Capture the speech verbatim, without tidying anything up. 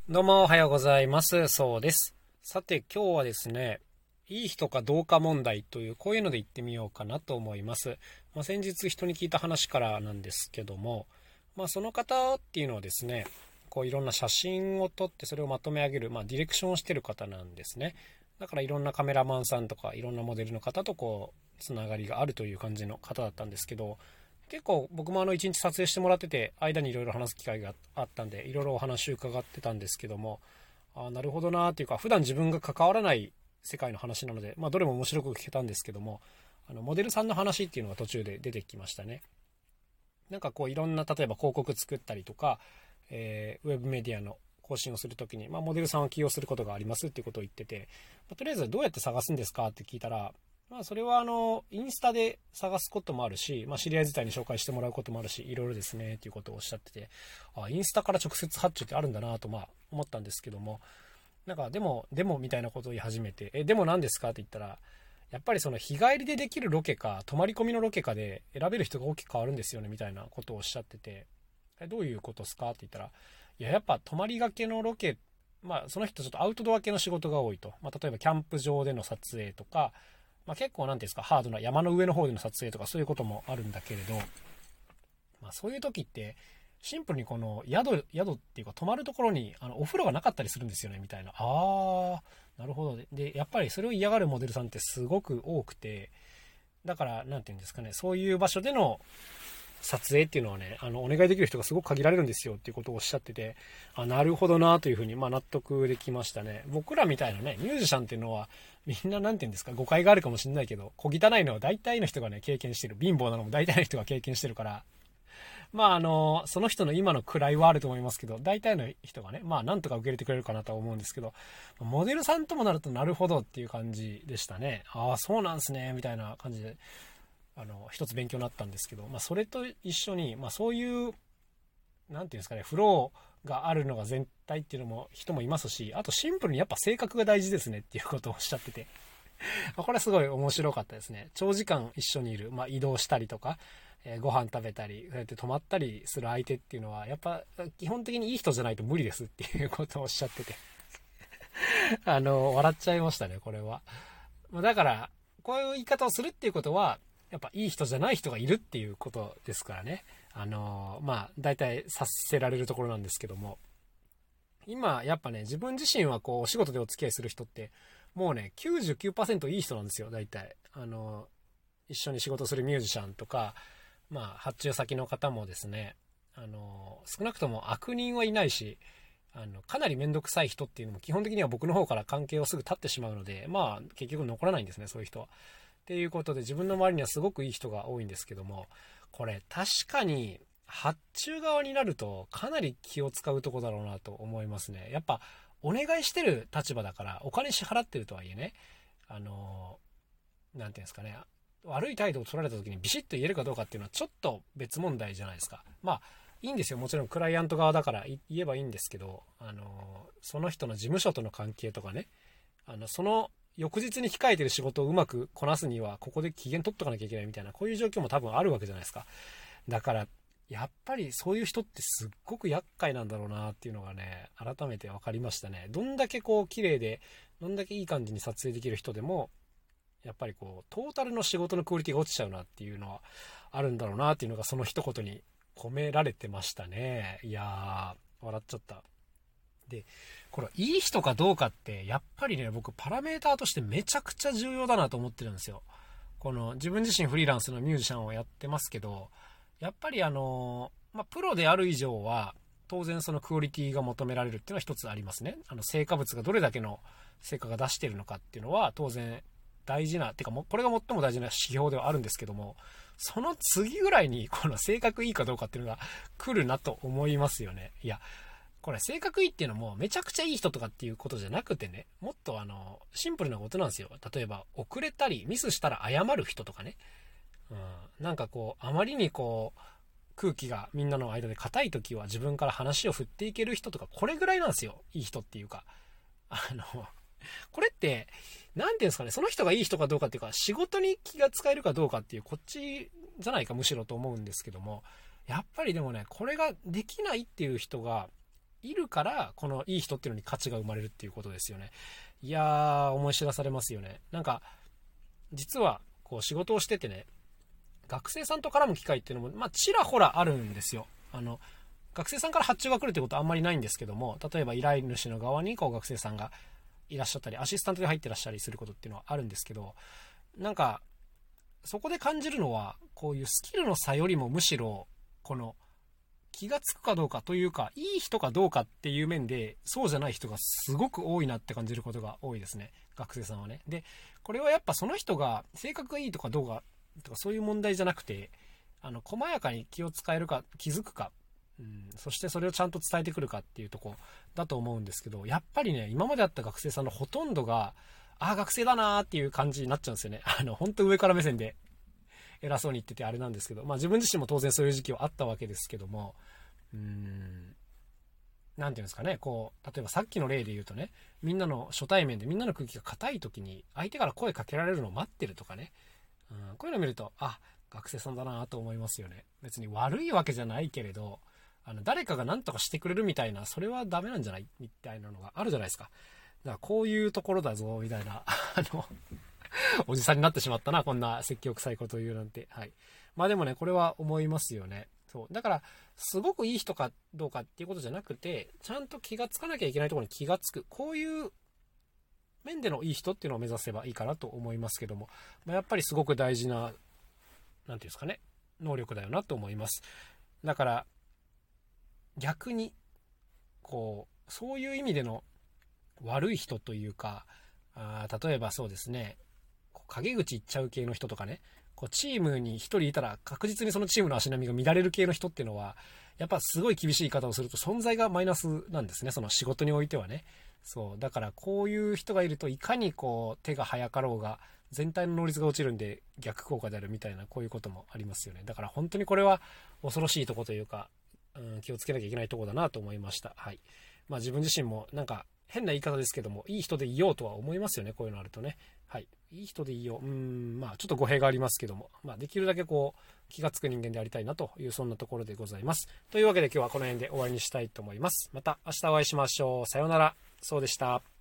どうもおはようございます。そうです。さて今日はですね、いい人かどうか問題というこういうので言ってみようかなと思います。まあ、先日人に聞いた話からなんですけども、まあ、その方っていうのはですね、こういろんな写真を撮ってそれをまとめ上げる、まあ、ディレクションをしてる方なんですね。だからいろんなカメラマンさんとかいろんなモデルの方とこうつながりがあるという感じの方だったんですけど、結構僕もあの一日撮影してもらってて間にいろいろ話す機会があったんでいろいろお話伺ってたんですけども、あ、なるほどなっていうか、普段自分が関わらない世界の話なので、まあ、どれも面白く聞けたんですけども、あのモデルさんの話っていうのが途中で出てきましたね。なんかこういろんな例えば広告作ったりとか、えーウェブメディアの更新をするときに、まあ、モデルさんを起用することがありますっていうことを言ってて、まあ、とりあえずどうやって探すんですかって聞いたら、まあ、それはあのインスタで探すこともあるし、まあ、知り合い自体に紹介してもらうこともあるし、いろいろですねっていうことをおっしゃってて、あ、インスタから直接発注ってあるんだなとまあ思ったんですけども、なんかでもでもみたいなことを言い始めて、えでも何ですかって言ったら、やっぱりその日帰りでできるロケか泊まり込みのロケかで選べる人が大きく変わるんですよねみたいなことをおっしゃってて、えどういうことですかって言ったら、いややっぱ泊まりがけのロケ、まあその人ちょっとアウトドア系の仕事が多いと、まあ、例えばキャンプ場での撮影とか、まあ、結構なんていうんですか、ハードな山の上の方での撮影とかそういうこともあるんだけれど、まあ、そういう時ってシンプルにこの宿宿っていうか泊まるところにあのお風呂がなかったりするんですよねみたいな。あー、なるほど。でやっぱりそれを嫌がるモデルさんってすごく多くて、だからなんていうんですかね、そういう場所での撮影っていうのはね、あのお願いできる人がすごく限られるんですよっていうことをおっしゃってて、あ、なるほどなというふうにまあ納得できましたね。僕らみたいなねミュージシャンっていうのはみんななんていうんですか、誤解があるかもしれないけど、小汚いのは大体の人がね経験してる、貧乏なのも大体の人が経験してるから、まああのその人の今の位はあると思いますけど、大体の人がね、まあなんとか受け入れてくれるかなとは思うんですけど、モデルさんともなるとなるほどっていう感じでしたね。ああそうなんすねみたいな感じで、あの一つ勉強になったんですけど、まあそれと一緒に、まあそういうなんていうんですかね、フローがあるのが全体っていうのも人もいますし、あとシンプルにやっぱ性格が大事ですねっていうことをおっしゃってて、これはすごい面白かったですね。長時間一緒にいる、まあ、移動したりとか、えーご飯食べたり、そうやって泊まったりする相手っていうのは、やっぱ基本的にいい人じゃないと無理ですっていうことをおっしゃってて、あの、笑っちゃいましたね、これは。だから、こういう言い方をするっていうことは、やっぱいい人じゃない人がいるっていうことですからね。あの、まあ、大体察せられるところなんですけども、今、やっぱね、自分自身はこう、お仕事でお付き合いする人って、もうね、きゅうじゅうきゅうパーセントいい人なんですよ、大体。あの、一緒に仕事するミュージシャンとか、まあ、発注先の方もですね、あの、少なくとも悪人はいないし、あの、かなりめんどくさい人っていうのも基本的には僕の方から関係をすぐ断ってしまうので、まあ、結局残らないんですね、そういう人は。っていうことで、自分の周りにはすごくいい人が多いんですけども、これ確かに、発注側になるとかなり気を使うとこだろうなと思いますね。やっぱ、お願いしてる立場だから、お金支払ってるとはいえね、あの、なんていうんですかね、悪い態度を取られた時にビシッと言えるかどうかっていうのはちょっと別問題じゃないですか。まあいいんですよ、もちろんクライアント側だから言えばいいんですけど、あのその人の事務所との関係とかね、あのその翌日に控えてる仕事をうまくこなすにはここで機嫌取っとかなきゃいけないみたいな、こういう状況も多分あるわけじゃないですか。だからやっぱりそういう人ってすっごく厄介なんだろうなっていうのがね、改めて分かりましたね。どんだけこう綺麗でどんだけいい感じに撮影できる人でも、やっぱりこうトータルの仕事のクオリティが落ちちゃうなっていうのはあるんだろうなっていうのがその一言に込められてましたね。いやー笑っちゃった。でこれいい人かどうかってやっぱりね、僕パラメーターとしてめちゃくちゃ重要だなと思ってるんですよ。この自分自身フリーランスのミュージシャンをやってますけど、やっぱりあのまあプロである以上は当然そのクオリティが求められるっていうのは一つありますね。あの成果物がどれだけの成果が出しているのかっていうのは当然大事な、てかもこれが最も大事な指標ではあるんですけども、その次ぐらいにこの性格いいかどうかっていうのが来るなと思いますよね。いやこれ性格いいっていうのもめちゃくちゃいい人とかっていうことじゃなくてね、もっとあのシンプルなことなんですよ。例えば遅れたりミスしたら謝る人とかね、うん、なんかこうあまりにこう空気がみんなの間で硬い時は自分から話を振っていける人とか、これぐらいなんですよ、いい人っていうか。あのこれって何ていうんですかね、その人がいい人かどうかっていうか、仕事に気が使えるかどうかっていうこっちじゃないかむしろと思うんですけども、やっぱりでもね、これができないっていう人がいるから、このいい人っていうのに価値が生まれるっていうことですよね。いやー、思い知らされますよね。なんか、実は、こう仕事をしててね、学生さんと絡む機会っていうのも、まあ、ちらほらあるんですよ。あの、学生さんから発注が来るってことはあんまりないんですけども、例えば依頼主の側にこう学生さんがいらっしゃったり、アシスタントで入ってらっしゃりすることっていうのはあるんですけど、なんか、そこで感じるのは、こういうスキルの差よりもむしろ、この、気がつくかどうかというか、いい人かどうかっていう面で、そうじゃない人がすごく多いなって感じることが多いですね。学生さんはね。で、これはやっぱその人が性格がいいとかどうかとかそういう問題じゃなくて、あの、細やかに気を使えるか、気づくか、うん、そしてそれをちゃんと伝えてくるかっていうとこだと思うんですけど、やっぱりね、今まであった学生さんのほとんどが、ああ、学生だなーっていう感じになっちゃうんですよね。あの、本当上から目線で偉そうに言っててあれなんですけど、まあ自分自身も当然そういう時期はあったわけですけども、うーん、なんていうんですかね、こう、例えばさっきの例で言うとね、みんなの初対面でみんなの空気が硬い時に相手から声かけられるのを待ってるとかね、うん、こういうのを見ると、あ、学生さんだなと思いますよね。別に悪いわけじゃないけれど、あの、誰かが何とかしてくれるみたいな、それはダメなんじゃないみたいなのがあるじゃないですか。だからこういうところだぞ、みたいな、あの、おじさんになってしまったな、こんな説教臭いことを言うなんて。はい。まあでもね、これは思いますよね。そう。だから、すごくいい人かどうかっていうことじゃなくて、ちゃんと気がつかなきゃいけないところに気がつく。こういう面でのいい人っていうのを目指せばいいかなと思いますけども、まあ、やっぱりすごく大事な、なんていうんですかね、能力だよなと思います。だから、逆に、こう、そういう意味での悪い人というか、あ例えばそうですね、陰口言っちゃう系の人とかね、こうチームに一人いたら確実にそのチームの足並みが乱れる系の人っていうのは、やっぱすごい厳しい言い方をすると存在がマイナスなんですね、その仕事においてはね。そう、だからこういう人がいるといかにこう手が早かろうが全体の能率が落ちるんで逆効果であるみたいな、こういうこともありますよね。だから本当にこれは恐ろしいとこというか、うん、気をつけなきゃいけないとこだなと思いました。はい。まあ自分自身もなんか変な言い方ですけども、いい人でいようとは思いますよね、こういうのあるとね。はい。いい人でいよう。うーん、まあちょっと語弊がありますけども、まあできるだけこう気がつく人間でありたいなという、そんなところでございます。というわけで今日はこの辺で終わりにしたいと思います。また明日お会いしましょう。さようなら。そうでした。